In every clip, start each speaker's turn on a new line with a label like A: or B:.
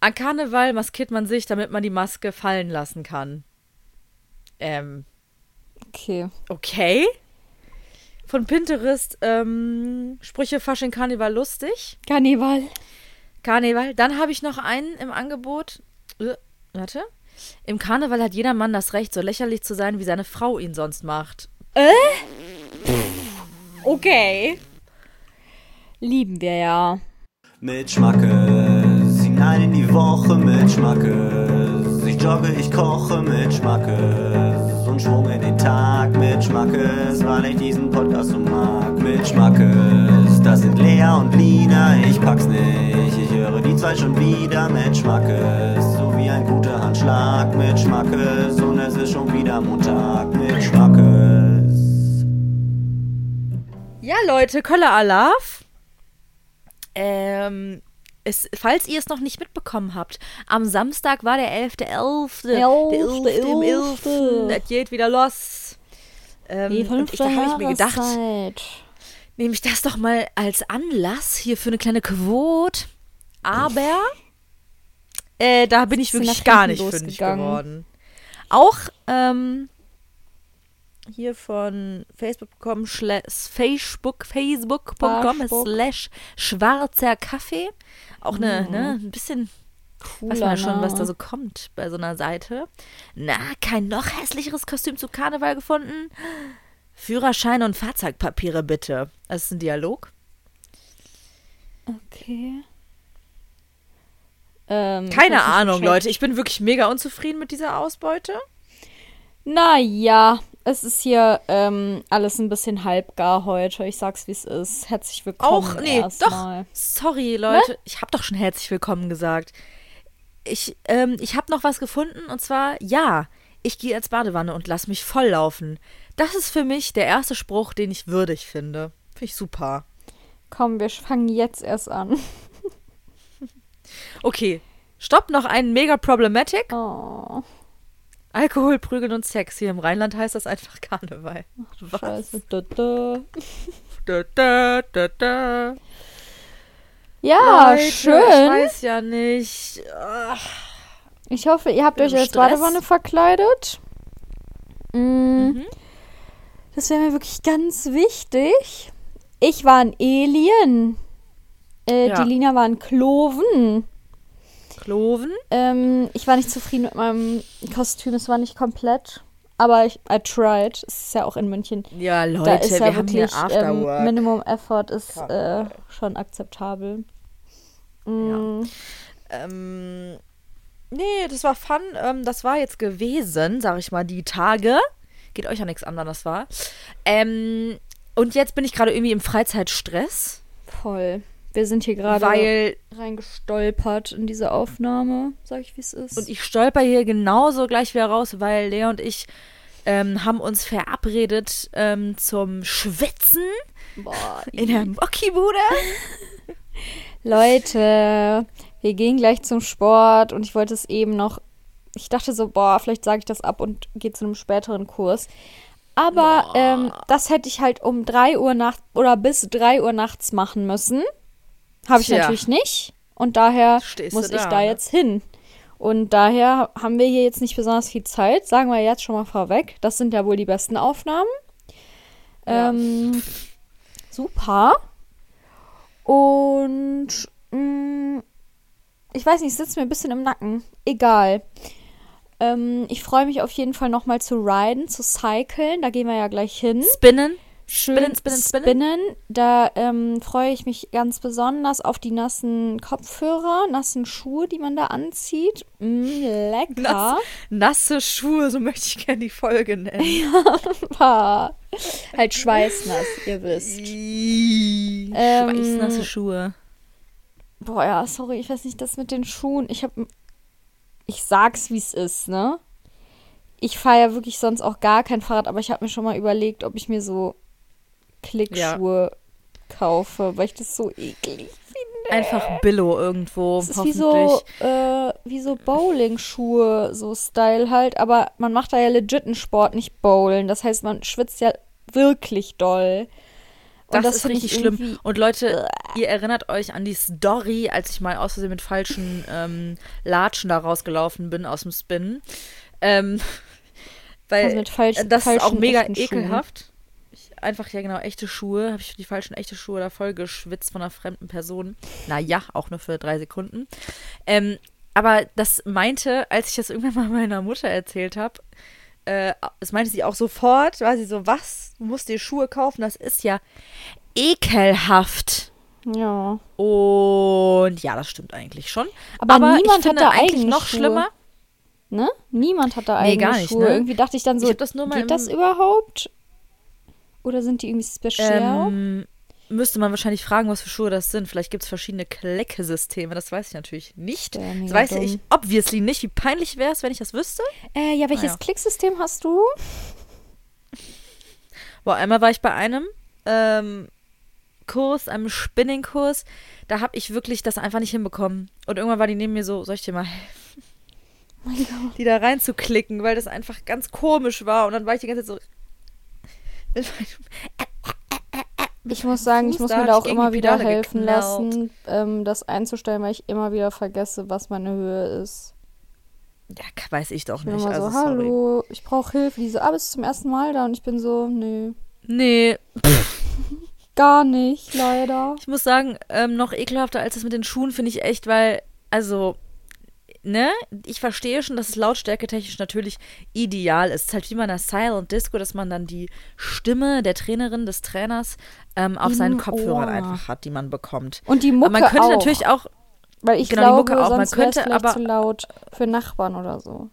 A: An Karneval maskiert man sich, damit man die Maske fallen lassen kann.
B: Okay.
A: Okay. Von Pinterest, Sprüche Fasching Karneval lustig.
B: Karneval.
A: Dann habe ich noch einen im Angebot. Warte. Im Karneval hat jeder Mann das Recht, so lächerlich zu sein, wie seine Frau ihn sonst macht.
B: Okay. Lieben wir ja.
C: Mit Schmackes, hinein in die Woche mit Schmackes. Ich jogge, ich koche mit Schmackes. Und Schwung in den Tag mit Schmackes, weil ich diesen Podcast so mag. Mit Schmackes, das sind Lea und Lina, ich pack's nicht. Ich höre die zwei schon wieder mit Schmackes. So wie ein guter Handschlag mit Schmackes. Und es ist schon wieder Montag mit Schmackes.
A: Ja, Leute, Kölle Alaf. Falls ihr es noch nicht mitbekommen habt, am Samstag war der 11.11. Der 11.11. Das geht wieder los.
B: Die
A: Und da habe ich mir gedacht,
B: Jahreszeit.
A: nehme ich das doch mal als Anlass hier für eine kleine Quote. Aber da bin ich
B: Sind
A: wirklich
B: nach
A: gar
B: hinten
A: nicht fündig
B: losgegangen.
A: geworden. Auch hier von Facebook.com /schwarzer Kaffee. Auch ein bisschen
B: Cooler,
A: weiß man ja schon, was da
B: ne?
A: so kommt bei so einer Seite. Na, kein noch hässlicheres Kostüm zu Karneval gefunden? Führerschein und Fahrzeugpapiere bitte. Das ist ein Dialog.
B: Okay.
A: Keine Ahnung, Leute. Ich bin wirklich mega unzufrieden mit dieser Ausbeute.
B: Naja, es ist hier alles ein bisschen halbgar heute. Ich sag's, wie es ist. Herzlich willkommen. Erstmal.
A: Sorry, Leute. Ich habe doch schon herzlich willkommen gesagt. Ich habe noch was gefunden und zwar, ja, ich gehe als Badewanne und lass mich volllaufen. Das ist für mich der erste Spruch, den ich würdig finde. Finde ich super.
B: Komm, wir fangen jetzt erst an.
A: Okay, stopp, noch einen mega problematic.
B: Oh,
A: Alkohol, Prügeln und Sex. Hier im Rheinland heißt das einfach Karneval.
B: scheiße. Da.
A: Da, da, da, da.
B: Ja,
A: Leute,
B: schön.
A: Ich weiß ja nicht. Ach,
B: Ich hoffe, ihr habt euch
A: Im
B: als
A: Stress.
B: Badewanne verkleidet. Das wäre mir wirklich ganz wichtig. Ich war ein Alien.
A: Ja.
B: Die Lina war ein Kloven.
A: Kloven?
B: Ich war nicht zufrieden mit meinem Kostüm. Es war nicht komplett. Aber I tried. Es ist ja auch in München.
A: Ja,
B: Da
A: Leute,
B: ist ja
A: wir haben hier
B: wirklich
A: Afterwork.
B: Minimum Effort ist
A: Karneval.
B: schon akzeptabel.
A: Nee, das war fun. Das war jetzt gewesen, sag ich mal, die Tage. Geht euch ja nichts an, wann das war. Und jetzt bin ich gerade irgendwie im Freizeitstress,
B: Voll. Wir sind hier gerade
A: weil
B: reingestolpert in diese Aufnahme. Sag ich, wie es ist.
A: und ich stolper hier genauso gleich wieder raus, weil Lea und ich haben uns verabredet zum Schwitzen
B: Boah,
A: in der Mokibude.
B: Leute, wir gehen gleich zum Sport und ich wollte es eben noch. Ich dachte so, vielleicht sage ich das ab und gehe zu einem späteren Kurs. Aber das hätte ich halt um 3 Uhr nachts oder bis 3 Uhr nachts machen müssen. Habe ich
A: Tja.
B: natürlich nicht. Und daher
A: Stehst
B: muss
A: du
B: ich
A: da,
B: da
A: ne?
B: jetzt hin. Und daher haben wir hier jetzt nicht besonders viel Zeit. Sagen wir jetzt schon mal vorweg. Das sind ja wohl die besten Aufnahmen.
A: Ja.
B: Super. Und ich weiß nicht, es sitzt mir ein bisschen im Nacken. Egal. Ich freue mich auf jeden Fall nochmal zu riden, zu cyclen. Da gehen wir ja gleich hin.
A: Spinnen.
B: Schön
A: Spinnen.
B: Da freue ich mich ganz besonders auf die nassen Kopfhörer, nassen Schuhe, die man da anzieht. Lecker.
A: Nasse Schuhe, so möchte ich gerne die Folge nennen.
B: Halt schweißnass, ihr wisst.
A: Schweißnasse Schuhe.
B: Boah, ja, sorry, ich weiß nicht, das mit den Schuhen. Ich sag's, wie es ist, ne? Ich fahre ja wirklich sonst auch gar kein Fahrrad, aber ich habe mir schon mal überlegt, ob ich mir so Klickschuhe kaufe, weil ich das so eklig finde.
A: Einfach Billo irgendwo,
B: Es ist
A: hoffentlich.
B: wie so Bowling-Schuhe, so Style halt, aber man macht da ja legit einen Sport, nicht Bowlen. Das heißt, man schwitzt ja wirklich doll. Und
A: Das ist
B: finde
A: richtig
B: ich
A: schlimm.
B: irgendwie-
A: Und Leute, ihr erinnert euch an die Story, als ich mal aus Versehen mit falschen Latschen da rausgelaufen bin aus dem Spin. Weil
B: Also mit
A: das ist auch
B: falschen,
A: mega
B: echten Schuhen.
A: ekelhaft. Ja genau, echte Schuhe. Habe ich die falschen echte Schuhe da voll geschwitzt von einer fremden Person. Naja, auch nur für 3 Sekunden. Aber das meinte, als ich das irgendwann mal meiner Mutter erzählt habe, das meinte sie auch sofort, war sie so, was? Du musst dir Schuhe kaufen, das ist ja ekelhaft.
B: Ja.
A: Und ja, das stimmt eigentlich schon.
B: Aber niemand
A: ich
B: hat
A: finde
B: da
A: eigentlich
B: eigene
A: noch
B: Schuhe.
A: schlimmer.
B: Ne? Niemand hat da
A: Nee,
B: eigene
A: gar nicht,
B: Schuhe.
A: ne?
B: Irgendwie dachte ich dann so,
A: Ich hab das nur mal
B: geht das überhaupt? Oder sind die irgendwie special?
A: Müsste man wahrscheinlich fragen, was für Schuhe das sind. Vielleicht gibt es verschiedene Kleckesysteme. Das weiß ich natürlich nicht.
B: Ja,
A: Das
B: mega
A: weiß
B: dumm.
A: ich obviously nicht. Wie peinlich wäre es, wenn ich das wüsste?
B: Ja, welches
A: Naja.
B: Klicksystem hast du?
A: Boah, einmal war ich bei einem Kurs, einem Spinning-Kurs. Da habe ich wirklich das einfach nicht hinbekommen. Und irgendwann war die neben mir so, soll ich dir mal helfen?
B: Mein Gott.
A: Die da reinzuklicken, weil das einfach ganz komisch war. Und dann war ich die ganze Zeit so.
B: Ich muss sagen, ich
A: Fuß,
B: muss
A: da
B: mir
A: hab
B: da
A: ich
B: auch
A: gegen
B: immer
A: die
B: wieder
A: Pedale
B: helfen
A: geknallt.
B: lassen, das einzustellen, weil ich immer wieder vergesse, was meine Höhe ist.
A: Ja, weiß ich doch
B: Ich bin
A: nicht.
B: immer so,
A: Also, sorry.
B: hallo, ich brauche Hilfe. Die so, bist du zum ersten Mal da? Und ich bin so, nee,
A: Nee,
B: gar nicht, leider.
A: ich muss sagen, noch ekelhafter als das mit den Schuhen finde ich echt, weil, also, ne, ich verstehe schon, dass es lautstärketechnisch natürlich ideal ist. Es ist halt wie bei einer Silent Disco, dass man dann die Stimme der Trainerin, des Trainers auf
B: Im
A: seinen Kopfhörern
B: Ohr.
A: einfach hat, die man bekommt.
B: Und die Mucke
A: Aber man könnte
B: auch.
A: natürlich auch,
B: Weil ich
A: genau, die
B: glaube,
A: Mucke auch. Man
B: sonst wäre es
A: könnte
B: vielleicht
A: aber-
B: zu laut für Nachbarn oder so.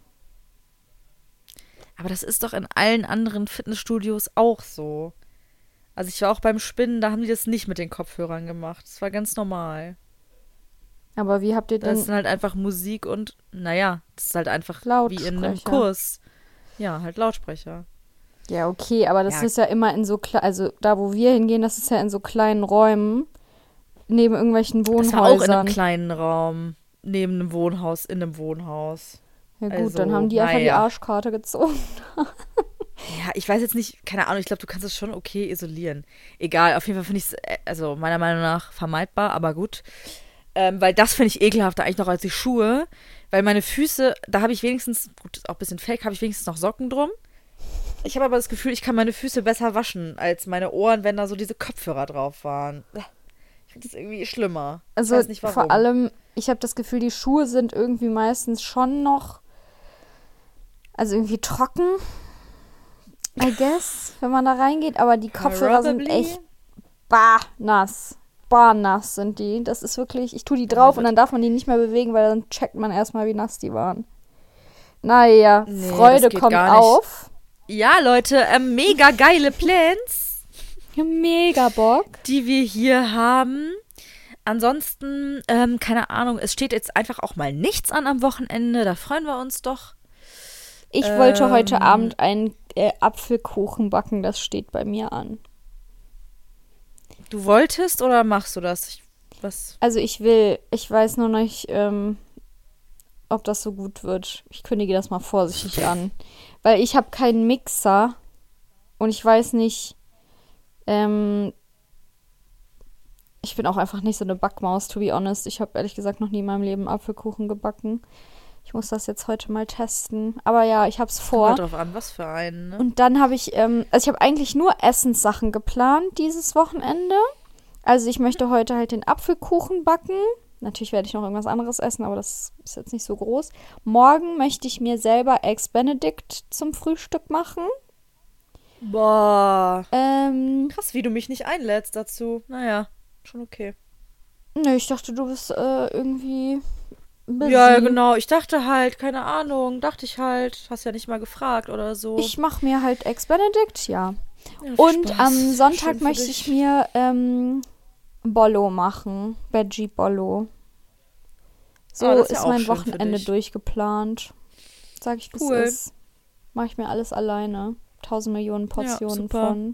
A: aber das ist doch in allen anderen Fitnessstudios auch so. Also ich war auch beim Spinnen, da haben die das nicht mit den Kopfhörern gemacht. Das war ganz normal.
B: Aber wie habt ihr
A: Das
B: denn...
A: ist halt einfach Musik und, naja, das ist halt einfach wie in einem
B: Lautsprecher.
A: Kurs. Ja, halt Lautsprecher.
B: Ja, okay, aber das
A: Ja.
B: ist ja immer in so... Also da, wo wir hingehen, das ist ja in so kleinen Räumen neben irgendwelchen
A: Das war auch in einem
B: Wohnhäusern.
A: kleinen Raum, neben einem Wohnhaus, in einem Wohnhaus.
B: Ja gut,
A: Also,
B: dann haben die einfach die
A: naja.
B: Arschkarte gezogen.
A: Ja, ich weiß jetzt nicht, keine Ahnung, ich glaube, du kannst es schon okay isolieren. Egal, auf jeden Fall finde ich es, also meiner Meinung nach vermeidbar, aber gut. Weil das finde ich ekelhafter eigentlich noch als die Schuhe. Weil meine Füße, da habe ich wenigstens, gut, ist auch ein bisschen fake, habe ich wenigstens noch Socken drum. Ich habe aber das Gefühl, ich kann meine Füße besser waschen als meine Ohren, wenn da so diese Kopfhörer drauf waren. Ich finde das irgendwie schlimmer.
B: Also
A: ich weiß nicht warum.
B: vor allem, ich habe das Gefühl, die Schuhe sind irgendwie meistens schon noch... Also irgendwie trocken, I guess, wenn man da reingeht. Aber die Kopfhörer sind
A: Probably.
B: echt barnass. Barnass sind die. Das ist wirklich, ich tue die drauf und dann darf man die nicht mehr bewegen, weil dann checkt man erstmal, wie nass die waren. Naja,
A: Nee,
B: Freude
A: das geht
B: kommt
A: gar nicht.
B: auf.
A: Ja, Leute, mega geile Plans,
B: Mega Bock.
A: die wir hier haben. Ansonsten, keine Ahnung, es steht jetzt einfach auch mal nichts an am Wochenende. Da freuen wir uns doch.
B: Ich wollte heute Abend einen Apfelkuchen backen, das steht bei mir an.
A: Du wolltest oder machst du das? Was?
B: Also ich weiß nur nicht, ob das so gut wird. Ich kündige das mal vorsichtig an. Weil ich habe keinen Mixer und ich weiß nicht, ich bin auch einfach nicht so eine Backmaus, to be honest. Ich habe ehrlich gesagt noch nie in meinem Leben Apfelkuchen gebacken. Ich muss das jetzt heute mal testen. Aber ja, ich habe es vor.
A: Kommt drauf an, was für einen, ne?
B: Und dann habe ich, also ich habe eigentlich nur Essenssachen geplant dieses Wochenende. Also ich möchte heute halt den Apfelkuchen backen. Natürlich werde ich noch irgendwas anderes essen, aber das ist jetzt nicht so groß. Morgen möchte ich mir selber Eggs Benedict zum Frühstück machen.
A: Boah. Krass, wie du mich nicht einlädst dazu. Naja, schon okay.
B: Nö, ich dachte, du bist irgendwie busy.
A: Ja, genau. Ich dachte halt, keine Ahnung, hast ja nicht mal gefragt oder so.
B: Ich mache mir halt Eggs Benedict, ja.
A: Ja, viel
B: Und
A: Spaß.
B: am Sonntag
A: Schön für
B: möchte
A: dich.
B: ich mir Bollo machen. Veggie Bollo. So
A: Ah, das ist ja
B: ist
A: auch
B: mein
A: schön für
B: Wochenende
A: dich.
B: durchgeplant. Sag ich, wie es
A: Cool.
B: ist. Mache ich mir alles alleine. 1000 Millionen Portionen
A: super.
B: von.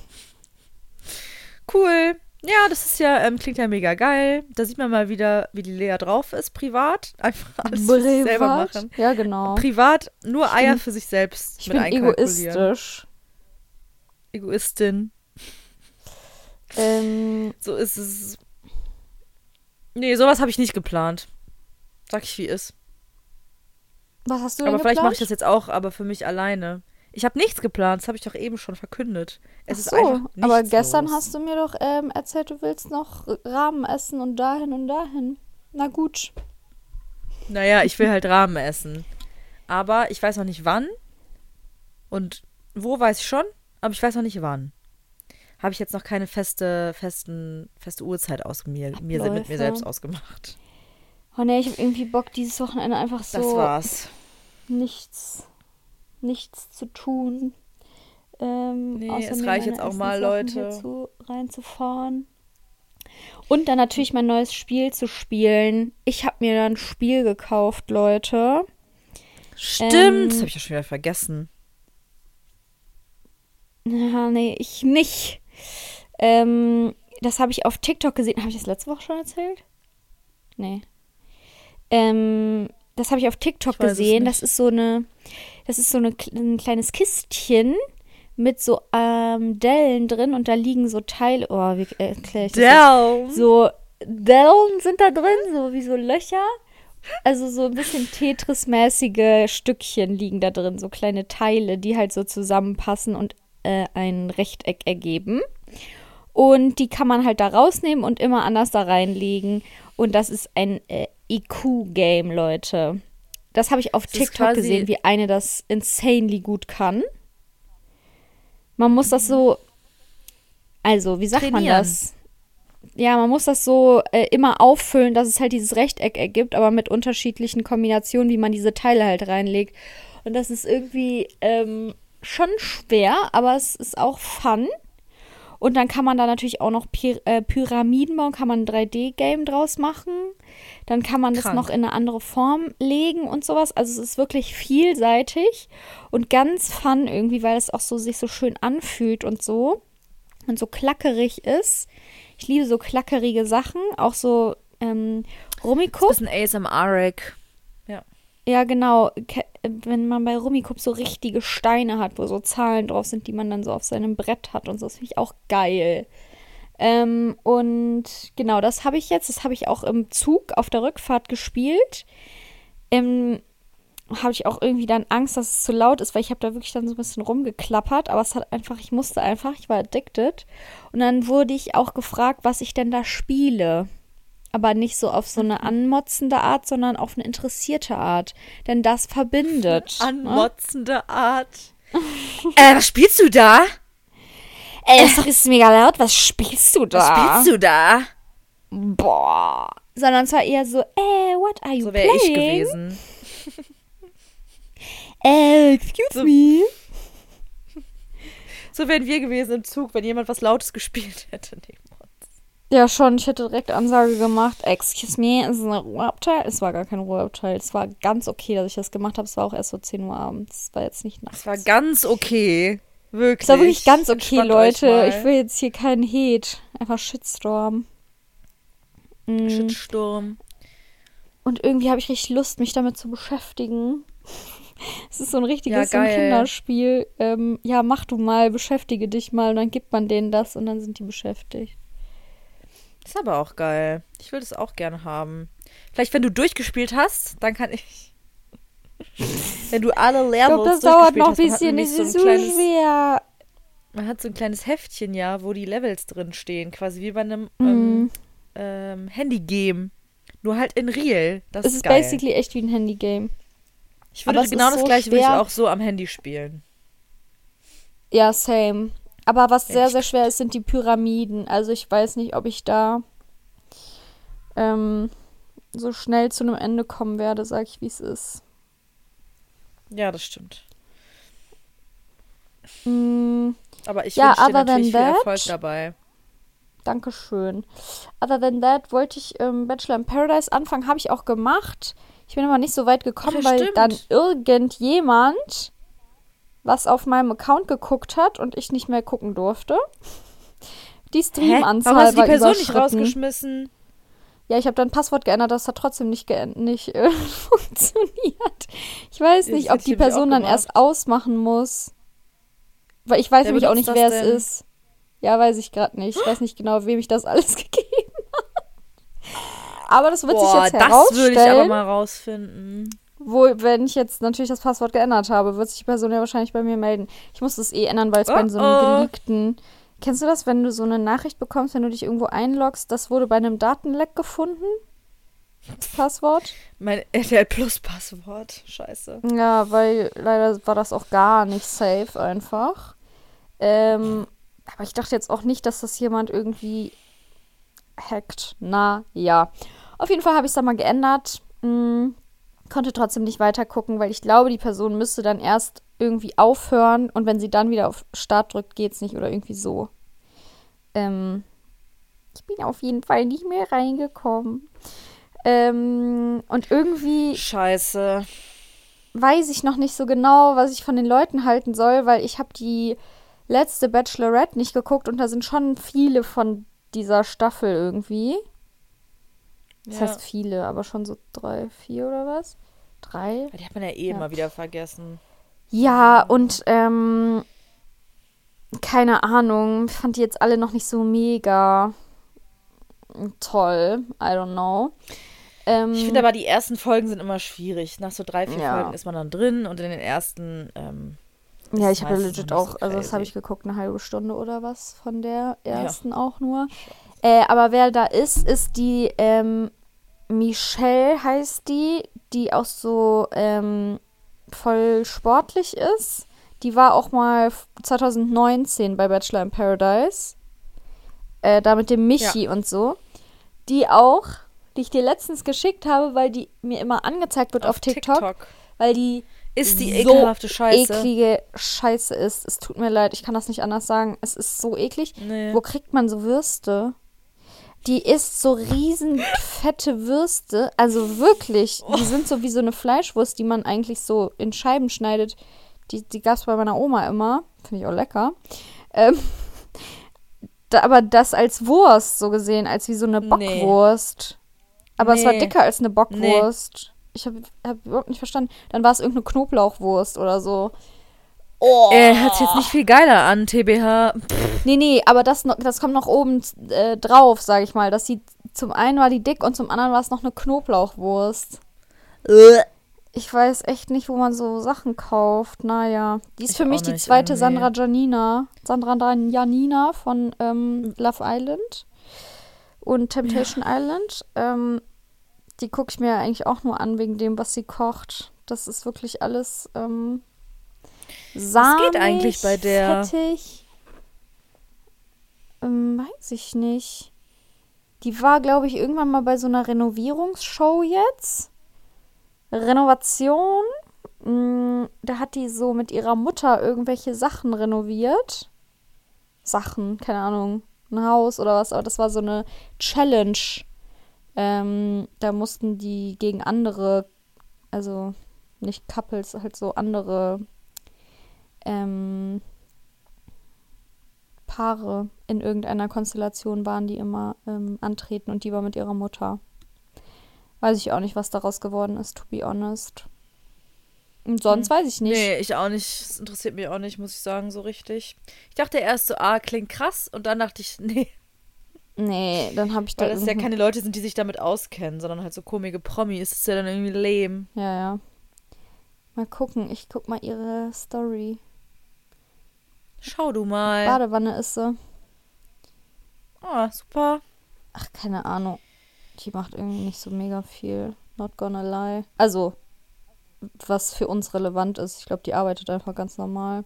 A: Cool. Ja, das ist ja, klingt ja mega geil. Da sieht man mal wieder, wie die Lea drauf ist, privat. Einfach alles für sich selber
B: Privat.
A: machen.
B: Ja, genau.
A: Privat nur Eier
B: bin-
A: für sich selbst
B: Ich
A: mit
B: bin
A: einkalkulieren.
B: egoistisch.
A: Egoistin. So ist es. Nee, sowas habe ich nicht geplant. Sag ich, wie ist.
B: Was hast du denn
A: Aber vielleicht mache ich
B: geplant?
A: das jetzt auch, aber für mich alleine. Ich habe nichts geplant, das habe ich doch eben schon verkündet. Es
B: Ach
A: ist
B: so,
A: einfach nichts
B: aber gestern
A: los.
B: hast du mir doch erzählt, du willst noch Ramen essen und dahin und dahin. Na gut.
A: Naja, ich will halt Ramen essen. Aber ich weiß noch nicht wann. Und wo weiß ich schon, aber ich weiß noch nicht wann. Habe ich jetzt noch keine feste Uhrzeit mit mir
B: Abläufe.
A: selbst ausgemacht.
B: Oh ne, ich habe irgendwie Bock, dieses Wochenende einfach
A: Das
B: so
A: war's.
B: nichts zu tun.
A: Nee,
B: außer
A: es
B: mir
A: reicht
B: meine
A: jetzt auch mal,
B: Essenssachen
A: Leute.
B: hier reinzufahren. Und dann natürlich mein neues Spiel zu spielen. Ich habe mir dann ein Spiel gekauft, Leute.
A: Stimmt, das habe ich ja schon wieder vergessen.
B: Ja, nee, ich nicht. Das habe ich auf TikTok gesehen. Habe ich das letzte Woche schon erzählt? Nee. Das habe ich auf TikTok
A: Ich weiß es
B: gesehen.
A: nicht.
B: Das ist so ein kleines Kistchen mit so Dellen drin und da liegen so Teile. Oh, wie erkläre ich das jetzt?
A: Down.
B: So Dellen sind da drin, so wie so Löcher. Also so ein bisschen Tetris-mäßige Stückchen liegen da drin, so kleine Teile, die halt so zusammenpassen und ein Rechteck ergeben. Und die kann man halt da rausnehmen und immer anders da reinlegen. Und das ist ein IQ-Game, Leute. Das habe ich auf
A: Das ist
B: TikTok
A: quasi-
B: gesehen, wie eine das insanely gut kann. Man muss das so, also wie sagt man
A: Trainieren.
B: das? Ja, man muss das so immer auffüllen, dass es halt dieses Rechteck ergibt, aber mit unterschiedlichen Kombinationen, wie man diese Teile halt reinlegt. Und das ist irgendwie schon schwer, aber es ist auch fun. Und dann kann man da natürlich auch noch Pyramiden bauen, kann man ein 3D-Game draus machen. Dann kann man das
A: Krank.
B: noch in eine andere Form legen und sowas. Also es ist wirklich vielseitig und ganz fun irgendwie, weil es auch so sich so schön anfühlt und so klackerig ist. Ich liebe so klackerige Sachen, auch so Rummikub.
A: Bisschen ASMR-ig.
B: Ja, genau. Wenn man bei Rummikub so richtige Steine hat, wo so Zahlen drauf sind, die man dann so auf seinem Brett hat und so, das finde ich auch geil. Und genau, das habe ich jetzt. Das habe ich auch im Zug auf der Rückfahrt gespielt. Habe ich auch irgendwie dann Angst, dass es zu laut ist, weil ich habe da wirklich dann so ein bisschen rumgeklappert. Aber es hat einfach, ich war addicted. Und dann wurde ich auch gefragt, was ich denn da spiele. Aber nicht so auf so eine anmotzende Art, sondern auf eine interessierte Art. Denn das verbindet. Ne?
A: Anmotzende Art. Was spielst du da?
B: Ey, das ist mega laut. Was spielst du da?
A: Was spielst du da?
B: Boah. Sondern es war eher so, what are you
A: So wäre
B: playing?
A: ich gewesen.
B: Excuse me.
A: So wären wir gewesen im Zug, wenn jemand was Lautes gespielt hätte neben uns.
B: Ja, schon. Ich hätte direkt Ansage gemacht. Excuse me, ist es ein Ruheabteil? Es war gar kein Ruheabteil. Es war ganz okay, dass ich das gemacht habe. Es war auch erst so 10 Uhr abends. Es war jetzt nicht nachts.
A: Das war ganz okay. Wirklich.
B: Es war wirklich ganz okay,
A: Entspannt euch
B: Leute.
A: mal.
B: Ich will jetzt hier keinen Hate. Einfach Shitstorm.
A: Shitsturm.
B: Und irgendwie habe ich richtig Lust, mich damit zu beschäftigen. Es ist so ein richtiges
A: Ja, geil.
B: Kinderspiel. Ja, mach du mal, beschäftige dich mal. Und dann gibt man denen das und dann sind die beschäftigt.
A: Ist aber auch geil. Ich will das auch gerne haben. Vielleicht, wenn du durchgespielt hast, dann kann ich. Wenn du alle
B: Ich
A: Levels
B: glaube, das dauert noch ein
A: durchgespielt
B: bisschen.
A: hast,
B: Es ist
A: so
B: so
A: ein kleines,
B: schwer.
A: man hat so ein kleines Heftchen, ja, wo die Levels drin stehen. Quasi wie bei einem Handy-Game. Nur halt in real. Das
B: Es
A: ist
B: ist
A: geil.
B: basically echt wie ein Handy-Game.
A: Ich würde
B: aber es
A: genau
B: ist
A: das
B: so
A: gleiche würde ich
B: schwer.
A: auch so am Handy spielen.
B: Ja, same. Aber was
A: Ja,
B: sehr,
A: das
B: sehr schwer ist, sind die Pyramiden. Also ich weiß nicht, ob ich da so schnell zu einem Ende kommen werde, sag ich, wie es ist.
A: Ja, das stimmt. Aber ich
B: Ja,
A: wünsche dir
B: other than
A: natürlich viel
B: that-
A: Erfolg dabei.
B: Dankeschön. Other than that wollte ich Bachelor in Paradise anfangen, habe ich auch gemacht. Ich bin aber nicht so weit gekommen,
A: Ach ja,
B: weil
A: stimmt.
B: dann irgendjemand was auf meinem Account geguckt hat und ich nicht mehr gucken durfte. Die Streamanzahl
A: Warum hast du
B: war
A: die Person nicht
B: überschritten.
A: rausgeschmissen?
B: Ja, ich habe dann Passwort geändert, das hat trotzdem nicht funktioniert. Ich weiß
A: Ja,
B: nicht,
A: das
B: ob
A: hätte
B: die
A: ich nämlich auch
B: Person dann
A: gemacht.
B: erst ausmachen muss. Weil ich weiß
A: Wer
B: nämlich auch
A: benutzt
B: nicht,
A: das
B: wer es
A: denn?
B: ist. Ja, weiß ich gerade nicht. Ich weiß nicht genau, wem ich das alles gegeben habe. Aber das wird sich jetzt herausstellen.
A: Das würde ich aber mal rausfinden.
B: Wenn ich jetzt natürlich das Passwort geändert habe, wird sich die Person ja wahrscheinlich bei mir melden. Ich muss das ändern, weil es bei so einem geleakten... Kennst du das, wenn du so eine Nachricht bekommst, wenn du dich irgendwo einloggst, das wurde bei einem Datenleck gefunden? Das Passwort?
A: Mein RTL Plus Passwort. Scheiße.
B: Ja, weil leider war das auch gar nicht safe einfach. Aber ich dachte jetzt auch nicht, dass das jemand irgendwie hackt. Na ja. Auf jeden Fall habe ich es dann mal geändert. Konnte trotzdem nicht weiter gucken, weil ich glaube, die Person müsste dann erst irgendwie aufhören und wenn sie dann wieder auf Start drückt, geht's nicht oder irgendwie so. Ich bin auf jeden Fall nicht mehr reingekommen. Und irgendwie
A: Scheiße.
B: weiß ich noch nicht so genau, was ich von den Leuten halten soll, weil ich habe die letzte Bachelorette nicht geguckt und da sind schon viele von dieser Staffel irgendwie. Das heißt viele, aber schon so 3, 4 oder was? 3?
A: Die hat man ja immer wieder vergessen.
B: Ja, und keine Ahnung, ich fand die jetzt alle noch nicht so mega toll. I don't know.
A: Ich finde aber, die ersten Folgen sind immer schwierig. Nach so 3, 4 Folgen ist man dann drin und in den ersten
B: ja, ich habe ja legit auch,
A: so
B: also das habe ich geguckt, eine halbe Stunde oder was von der ersten auch nur. Aber wer da ist die Michelle heißt die auch so voll sportlich ist. Die war auch mal 2019 bei Bachelor in Paradise. Da mit dem Michi und so. Die ich dir letztens geschickt habe, weil die mir immer angezeigt wird auf TikTok. Weil die
A: ist die
B: so
A: ekelhafte Scheiße.
B: Eklige Scheiße ist. Es tut mir leid, ich kann das nicht anders sagen. Es ist so eklig.
A: Nee.
B: Wo kriegt man so Würste? Die isst so riesen fette Würste. Also wirklich, die sind so wie so eine Fleischwurst, die man eigentlich so in Scheiben schneidet. Die gab es bei meiner Oma immer. Finde ich auch lecker. Aber das als Wurst so gesehen, als wie so eine Bockwurst. Aber es war dicker als eine Bockwurst. Ich hab überhaupt nicht verstanden. Dann war es irgendeine Knoblauchwurst oder so.
A: Oh. Hört sich jetzt nicht viel geiler an, TBH.
B: Nee, aber das kommt noch oben drauf, sag ich mal. Zum einen war die dick und zum anderen war es noch eine Knoblauchwurst. Ich weiß echt nicht, wo man so Sachen kauft. Naja, die ist für mich die zweite Sandra Janina von Love Island und Temptation Island. Die gucke ich mir eigentlich auch nur an wegen dem, was sie kocht. Das ist wirklich alles sahnig,
A: was geht eigentlich bei der?
B: Fettig. Weiß ich nicht. Die war, glaube ich, irgendwann mal bei so einer Renovierungsshow jetzt. Renovation. Da hat die so mit ihrer Mutter irgendwelche Sachen renoviert. Keine Ahnung. Ein Haus oder was. Aber das war so eine Challenge. Da mussten die gegen andere, also nicht Couples, halt so andere Paare in irgendeiner Konstellation waren, die immer antreten und die war mit ihrer Mutter. Weiß ich auch nicht, was daraus geworden ist, to be honest. Und sonst weiß ich nicht.
A: Nee, ich auch nicht. Das interessiert mich auch nicht, muss ich sagen, so richtig. Ich dachte erst so, klingt krass und dann dachte ich, nee.
B: Nee, dann habe ich da
A: weil das ja keine Leute sind, die sich damit auskennen, sondern halt so komische Promis. Das ist ja dann irgendwie lame.
B: Ja. Mal gucken, ich guck mal ihre Story.
A: Schau du mal.
B: Badewanne ist sie.
A: Super.
B: Ach, keine Ahnung. Die macht irgendwie nicht so mega viel. Not gonna lie. Also, was für uns relevant ist. Ich glaube, die arbeitet einfach ganz normal.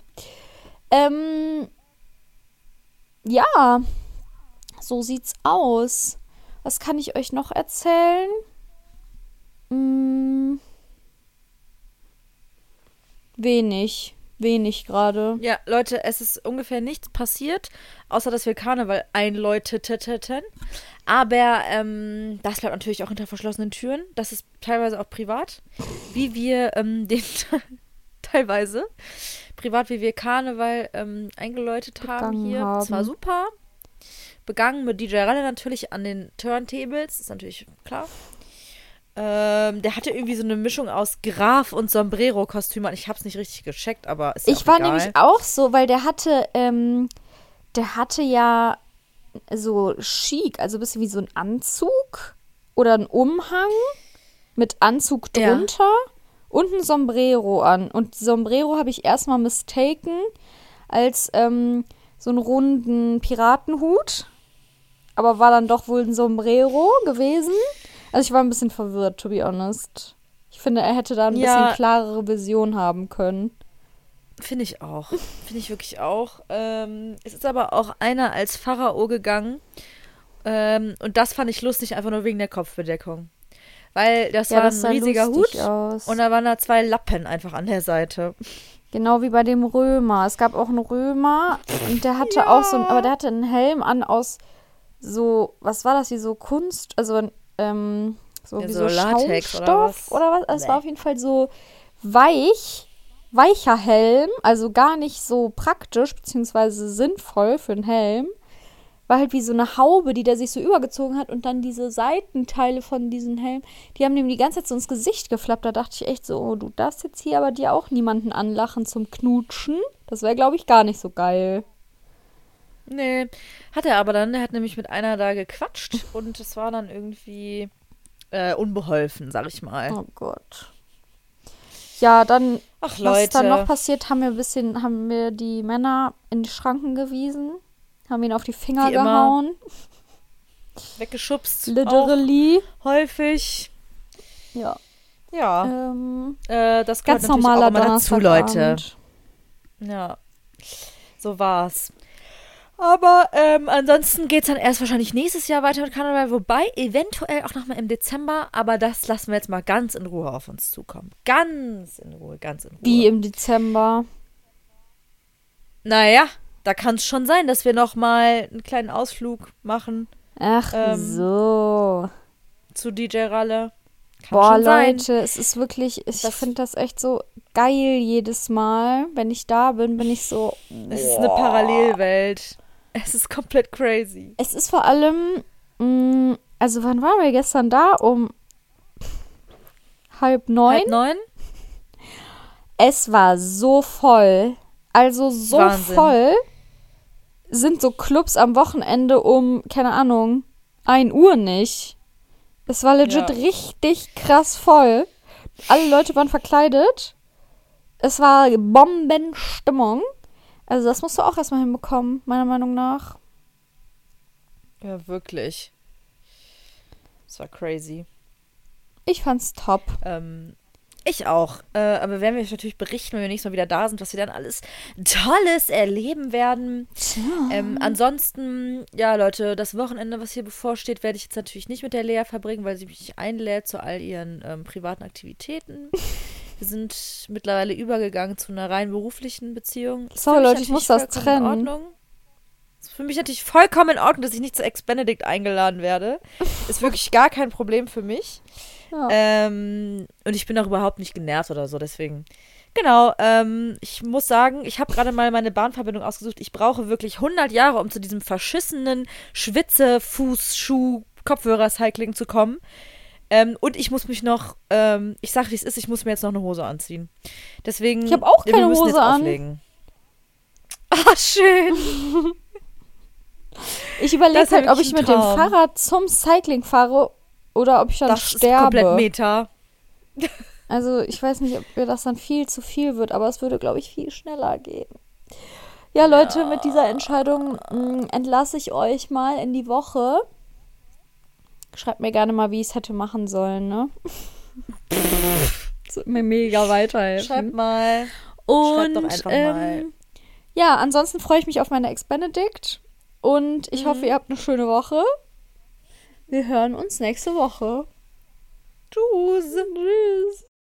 B: Ja. So sieht's aus. Was kann ich euch noch erzählen? Wenig gerade.
A: Ja, Leute, es ist ungefähr nichts passiert, außer dass wir Karneval einläuteten. Aber das bleibt natürlich auch hinter verschlossenen Türen. Das ist teilweise auch privat. Wie wir teilweise privat, wie wir Karneval eingeläutet haben hier. Das war super. Begangen mit DJ Ralle natürlich an den Turntables. Ist natürlich klar. Der hatte irgendwie so eine Mischung aus Graf und Sombrero-Kostüm. Ich hab's nicht richtig gecheckt, aber ist ja
B: Ich war
A: egal.
B: nämlich auch so, weil der hatte der hatte ja so chic, also ein bisschen wie so ein Anzug oder ein Umhang mit Anzug drunter und ein Sombrero an. Und Sombrero habe ich erstmal mistaken als so einen runden Piratenhut. Aber war dann doch wohl ein Sombrero gewesen. Also ich war ein bisschen verwirrt, to be honest. Ich finde, er hätte da ein bisschen klarere Vision haben können.
A: Finde ich auch. Finde ich wirklich auch. Es ist aber auch einer als Pharao gegangen. Und das fand ich lustig, einfach nur wegen der Kopfbedeckung. Weil das war ein riesiger Hut und da waren da 2 Lappen einfach an der Seite.
B: Genau wie bei dem Römer. Es gab auch einen Römer und der hatte auch so aber der hatte einen Helm an aus so, was war das, wie so Kunst, also so wie so
A: Latex
B: Schaumstoff oder was? Es war auf jeden Fall so weicher Helm, also gar nicht so praktisch, beziehungsweise sinnvoll für einen Helm. War halt wie so eine Haube, die der sich so übergezogen hat und dann diese Seitenteile von diesem Helm, die haben dem die ganze Zeit so ins Gesicht geflappt. Da dachte ich echt so, oh, du darfst jetzt hier aber dir auch niemanden anlachen zum Knutschen. Das wäre, glaube ich, gar nicht so geil.
A: Nee, hat er aber dann. Der hat nämlich mit einer da gequatscht und es war dann irgendwie unbeholfen, sag ich mal.
B: Oh Gott. Ja, dann,
A: Ach,
B: was
A: Leute.
B: dann noch passiert, haben wir die Männer in die Schranken gewiesen, haben ihn auf die Finger
A: Wie immer.
B: gehauen.
A: Weggeschubst.
B: Literally.
A: Auch häufig.
B: Ja.
A: Ja. Das gehört
B: Ganz
A: natürlich
B: normaler
A: auch immer dazu,
B: Donnerstagabend.
A: Leute. Ja. So war's. Aber ansonsten geht's dann erst wahrscheinlich nächstes Jahr weiter mit Karneval, wobei eventuell auch nochmal im Dezember, aber das lassen wir jetzt mal ganz in Ruhe auf uns zukommen. Ganz in Ruhe, ganz in Ruhe.
B: Wie im Dezember.
A: Naja, da kann es schon sein, dass wir nochmal einen kleinen Ausflug machen
B: Ach so.
A: zu DJ Ralle. Kann
B: Boah,
A: schon sein.
B: Leute, es ist wirklich, ich finde das echt so geil jedes Mal. Wenn ich da bin, bin ich so.
A: Es ist eine Parallelwelt. Es ist komplett crazy.
B: Es ist vor allem, also wann waren wir gestern da? Um 8:30?
A: 8:30?
B: Es war so voll. Also so
A: Wahnsinn.
B: voll sind so Clubs am Wochenende um, keine Ahnung, 1 Uhr nicht. Es war legit richtig krass voll. Alle Leute waren verkleidet. Es war Bombenstimmung. Also das musst du auch erstmal hinbekommen, meiner Meinung nach.
A: Ja, wirklich. Das war crazy.
B: Ich fand's top.
A: Ich auch. Aber werden wir euch natürlich berichten, wenn wir nächstes Mal wieder da sind, was wir dann alles Tolles erleben werden. Ansonsten, ja, Leute, das Wochenende, was hier bevorsteht, werde ich jetzt natürlich nicht mit der Lea verbringen, weil sie mich nicht einlädt zu all ihren privaten Aktivitäten. Wir sind mittlerweile übergegangen zu einer rein beruflichen Beziehung.
B: Sorry, Leute, ich muss das trennen.
A: In Ordnung. Ist für mich natürlich vollkommen in Ordnung, dass ich nicht zu Ex-Benedict eingeladen werde. Ist wirklich gar kein Problem für mich.
B: Ja.
A: Und ich bin auch überhaupt nicht genervt oder so, deswegen. Genau, ich muss sagen, ich habe gerade mal meine Bahnverbindung ausgesucht. Ich brauche wirklich 100 Jahre, um zu diesem verschissenen Schwitze-Fuß-Schuh-Kopfhörer-Cycling zu kommen. Und ich muss mich noch, ich sag wie es ist, ich muss mir jetzt noch eine Hose anziehen. Deswegen,
B: Ich habe auch keine
A: wir müssen
B: Hose
A: jetzt
B: an.
A: auflegen. Ah, schön.
B: Ich überlege
A: Das ist
B: halt,
A: ja
B: ob ich
A: wirklich
B: mit
A: ein
B: dem
A: Traum.
B: Fahrrad zum Cycling fahre oder ob ich dann
A: Das ist
B: sterbe.
A: komplett Meta.
B: Also ich weiß nicht, ob mir das dann viel zu viel wird, aber es würde, glaube ich, viel schneller gehen. Ja, Leute, mit dieser Entscheidung entlasse ich euch mal in die Woche. Schreibt mir gerne mal, wie ich es hätte machen sollen, ne? Das wird mir mega weiterhelfen.
A: Schreibt mal.
B: Und
A: Schreibt doch einfach mal.
B: ja, ansonsten freue ich mich auf meine Ex-Benedict und ich hoffe, ihr habt eine schöne Woche. Wir hören uns nächste Woche.
A: Tschüss.
B: Tschüss.